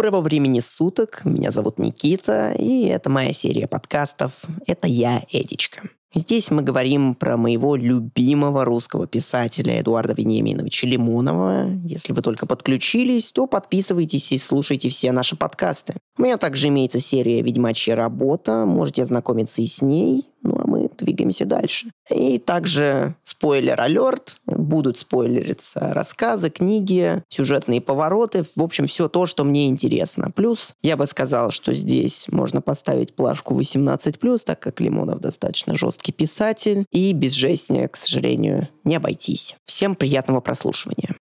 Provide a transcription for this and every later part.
Доброго времени суток, меня зовут Никита, и это моя серия подкастов «Это я, Эдичка». Здесь мы говорим про моего любимого русского писателя Эдуарда Вениаминовича Лимонова. Если вы только подключились, то подписывайтесь и слушайте все наши подкасты. У меня также имеется серия «Ведьмачья работа», можете ознакомиться и с ней. Ну а мы двигаемся дальше. И также спойлер-алерт. Будут спойлериться рассказы, книги, сюжетные повороты. В общем, все то, что мне интересно. Плюс я бы сказал, что здесь можно поставить плашку 18+, так как Лимонов достаточно жесткий писатель. И без жести, к сожалению, не обойтись. Всем приятного прослушивания.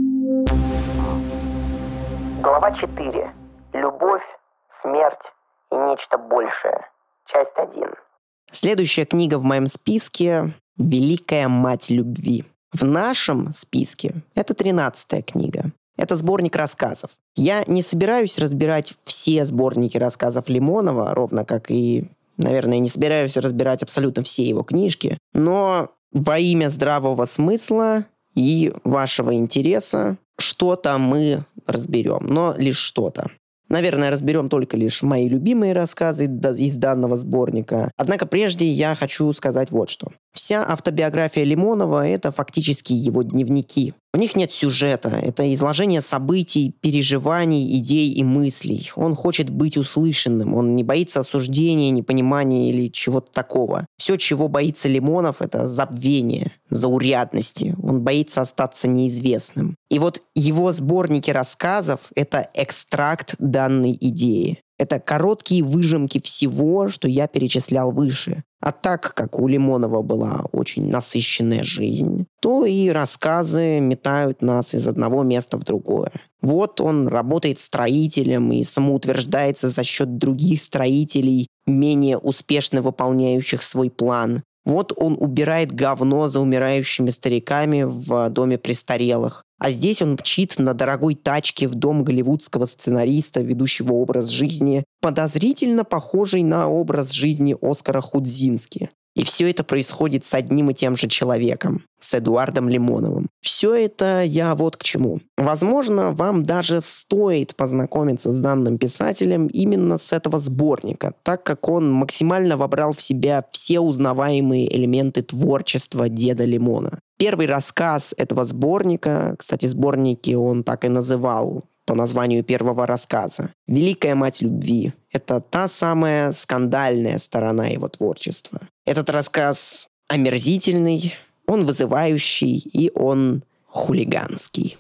Глава 4. Любовь, смерть и нечто большее. Часть 1. Следующая книга в моем списке «Великая мать любви». В нашем списке это 13-я книга. Это сборник рассказов. Я не собираюсь разбирать все сборники рассказов Лимонова, ровно как и, наверное, не собираюсь разбирать абсолютно все его книжки, но во имя здравого смысла и вашего интереса что-то мы разберем, но лишь что-то. Наверное, разберем только лишь мои любимые рассказы из данного сборника. Однако прежде я хочу сказать вот что. Вся автобиография Лимонова – это фактически его дневники. В них нет сюжета, это изложение событий, переживаний, идей и мыслей. Он хочет быть услышанным, он не боится осуждения, непонимания или чего-то такого. Все, чего боится Лимонов, это забвение, заурядности. Он боится остаться неизвестным. И вот его сборники рассказов – это экстракт данной идеи. Это короткие выжимки всего, что я перечислял выше. А так как у Лимонова была очень насыщенная жизнь, то и рассказы метают нас из одного места в другое. Вот он работает строителем и самоутверждается за счет других строителей, менее успешно выполняющих свой план. Вот он убирает говно за умирающими стариками в доме престарелых. А здесь он мчит на дорогой тачке в дом голливудского сценариста, ведущего образ жизни, подозрительно похожий на образ жизни Оскара Худзински. И все это происходит с одним и тем же человеком, с Эдуардом Лимоновым. Все это я вот к чему. Возможно, вам даже стоит познакомиться с данным писателем именно с этого сборника, так как он максимально вобрал в себя все узнаваемые элементы творчества деда Лимона. Первый рассказ этого сборника, кстати, сборники он так и называл, по названию первого рассказа. «Великая мать любви» — это та самая скандальная сторона его творчества. Этот рассказ омерзительный, он вызывающий и он хулиганский.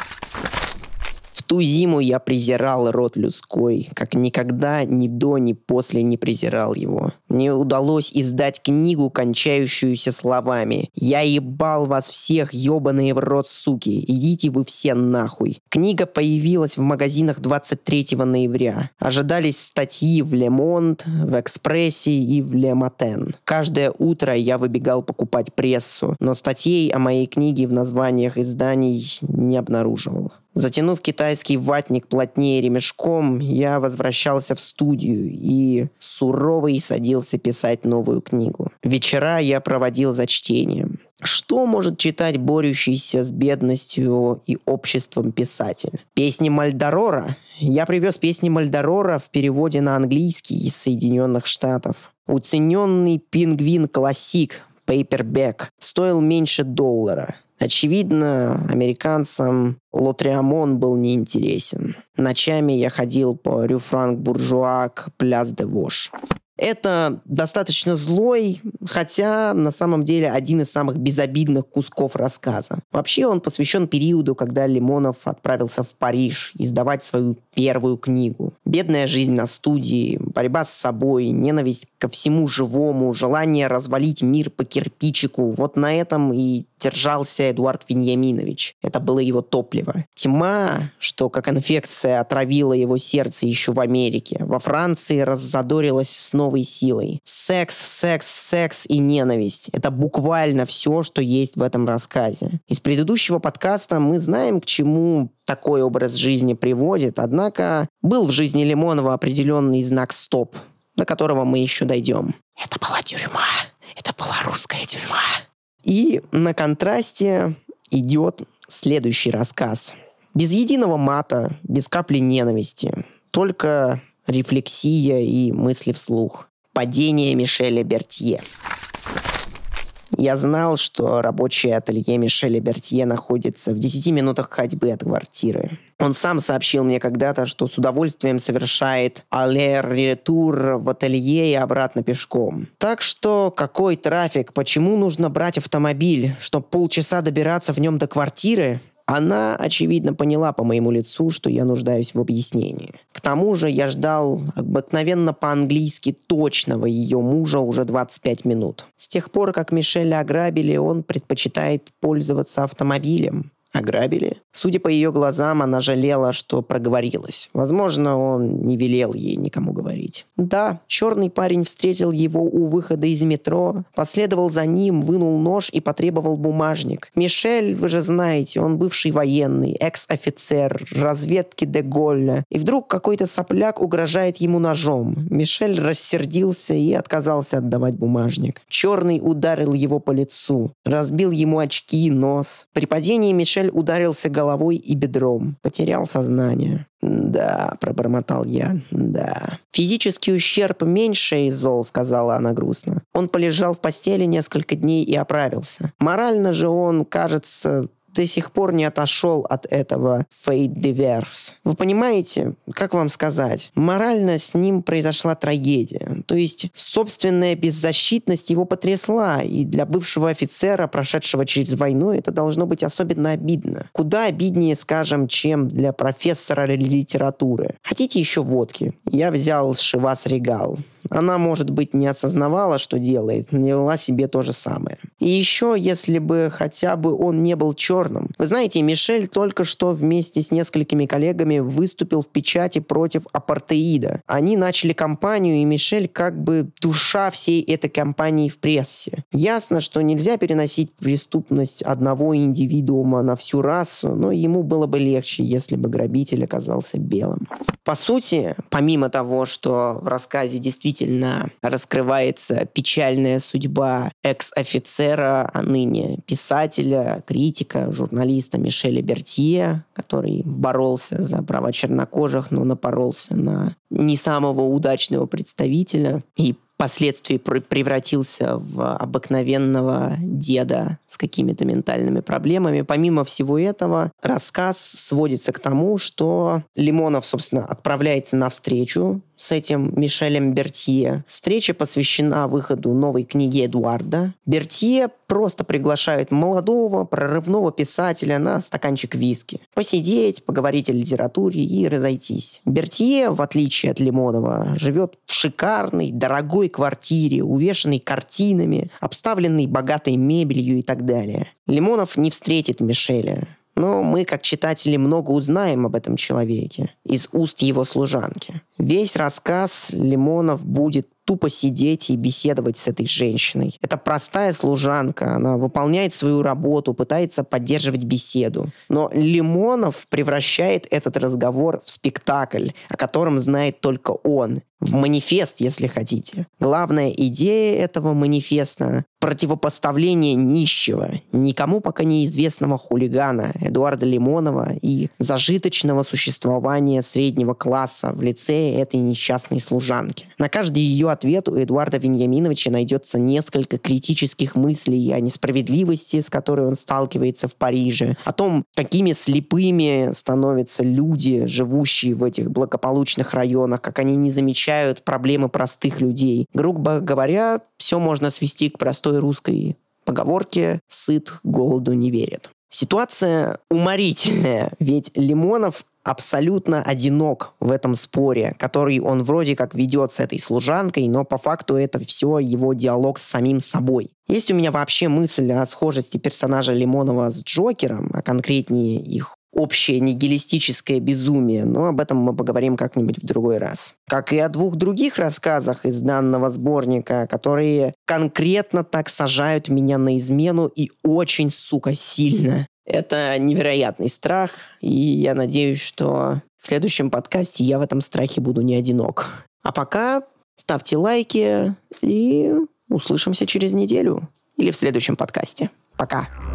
В ту зиму я презирал род людской, как никогда ни до, ни после не презирал его. Мне удалось издать книгу, кончающуюся словами: «Я ебал вас всех, ебаные в рот суки, идите вы все нахуй». Книга появилась в магазинах 23 ноября. Ожидались статьи в Le Monde, в Экспрессе и в Le Matin. Каждое утро я выбегал покупать прессу, но статей о моей книге в названиях изданий не обнаруживал. Затянув китайский ватник плотнее ремешком, я возвращался в студию и суровый садился писать новую книгу. Вечера я проводил за чтением. Что может читать борющийся с бедностью и обществом писатель? Песни Мальдорора? Я привез песни Мальдорора в переводе на английский из Соединенных Штатов. Уцененный пингвин-классик, пейпербэк, стоил меньше $1. Очевидно, американцам Лотриамон был неинтересен. Ночами я ходил по Рю Франк-Буржуа к Пляс-де-Вош. Это достаточно злой, хотя на самом деле один из самых безобидных кусков рассказа. Вообще он посвящен периоду, когда Лимонов отправился в Париж издавать свою первую книгу. Бедная жизнь на студии, борьба с собой, ненависть ко всему живому, желание развалить мир по кирпичику. Вот на этом и держался Эдуард Вениаминович. Это было его топливо. Тьма, что как инфекция отравила его сердце еще в Америке. Во Франции раззадорилась с новой силой. Секс, секс, секс и ненависть. Это буквально все, что есть в этом рассказе. Из предыдущего подкаста мы знаем, к чему такой образ жизни приводит, однако был в жизни Лимонова определенный знак «стоп», до которого мы еще дойдем. Это была тюрьма. Это была русская тюрьма. И на контрасте идет следующий рассказ. Без единого мата, без капли ненависти. только рефлексия и мысли вслух. Падение Мишеля Бертье. Я знал, что рабочее ателье Мишеля Бертье находится в 10 минутах ходьбы от квартиры. Он сам сообщил мне когда-то, что с удовольствием совершает алер-ретур в ателье и обратно пешком. Так что какой трафик? Почему нужно брать автомобиль? Чтобы полчаса добираться в нем до квартиры? Она, очевидно, поняла по моему лицу, что я нуждаюсь в объяснении. К тому же я ждал обыкновенно по-английски точного ее мужа уже 25 минут. С тех пор, как Мишеля ограбили, он предпочитает пользоваться автомобилем. Ограбили? Судя по ее глазам, она жалела, что проговорилась. Возможно, он не велел ей никому говорить. Да, черный парень встретил его у выхода из метро, последовал за ним, вынул нож и потребовал бумажник. Мишель, вы же знаете, он бывший военный, экс-офицер разведки де Голля. И вдруг какой-то сопляк угрожает ему ножом. Мишель рассердился и отказался отдавать бумажник. Черный ударил его по лицу, разбил ему очки и нос. При падении Мишель ударился головой и бедром. Потерял сознание. «Да», — пробормотал я, — «да». «Физический ущерб меньше из зол», — сказала она грустно. «Он полежал в постели несколько дней и оправился. Морально же он, кажется, до сих пор не отошел от этого fait divers. Вы понимаете, как вам сказать? Морально с ним произошла трагедия. То есть собственная беззащитность его потрясла, и для бывшего офицера, прошедшего через войну, это должно быть особенно обидно. Куда обиднее, скажем, чем для профессора литературы. Хотите еще водки? Я взял Шивас Регал. Она, может быть, не осознавала, что делает, но вела себе то же самое. И еще, если бы хотя бы он не был черным. Вы знаете, Мишель только что вместе с несколькими коллегами выступил в печати против апартеида. Они начали кампанию, и Мишель как бы душа всей этой кампании в прессе. Ясно, что нельзя переносить преступность одного индивидуума на всю расу, но ему было бы легче, если бы грабитель оказался белым. По сути, помимо того, что в рассказе действительно раскрывается печальная судьба экс-офицера, а ныне писателя, критика, журналиста Мишеля Бертье, который боролся за права чернокожих, но напоролся на не самого удачного представителя и впоследствии превратился в обыкновенного деда с какими-то ментальными проблемами. Помимо всего этого, рассказ сводится к тому, что Лимонов, собственно, отправляется навстречу с этим Мишелем Бертье. Встреча посвящена выходу новой книги Эдуарда. Бертье просто приглашает молодого, прорывного писателя на стаканчик виски. Посидеть, поговорить о литературе и разойтись. Бертье, в отличие от Лимонова, живет в шикарной, дорогой квартире, увешанной картинами, обставленной богатой мебелью и так далее. Лимонов не встретит Мишеля. Но мы, как читатели, много узнаем об этом человеке из уст его служанки. Весь рассказ Лимонов будет тупо сидеть и беседовать с этой женщиной. Это простая служанка, она выполняет свою работу, пытается поддерживать беседу. Но Лимонов превращает этот разговор в спектакль, о котором знает только он. В манифест, если хотите. Главная идея этого манифеста – противопоставление нищего, никому пока неизвестного хулигана Эдуарда Лимонова и зажиточного существования среднего класса в лице этой несчастной служанки. На каждый ее ответ у Эдуарда Вениаминовича найдется несколько критических мыслей о несправедливости, с которой он сталкивается в Париже, о том, какими слепыми становятся люди, живущие в этих благополучных районах, как они не замечают проблемы простых людей. Грубо говоря, все можно свести к простой русской поговорке «сыт голоду не верит». Ситуация уморительная, ведь Лимонов абсолютно одинок в этом споре, который он вроде как ведет с этой служанкой, но по факту это все его диалог с самим собой. Есть у меня вообще мысль о схожести персонажа Лимонова с Джокером, а конкретнее их общее нигилистическое безумие, но об этом мы поговорим как-нибудь в другой раз. Как и о двух других рассказах из данного сборника, которые конкретно так сажают меня на измену и очень, сука, сильно. Это невероятный страх, и я надеюсь, что в следующем подкасте я в этом страхе буду не одинок. А пока ставьте лайки и услышимся через неделю или в следующем подкасте. Пока.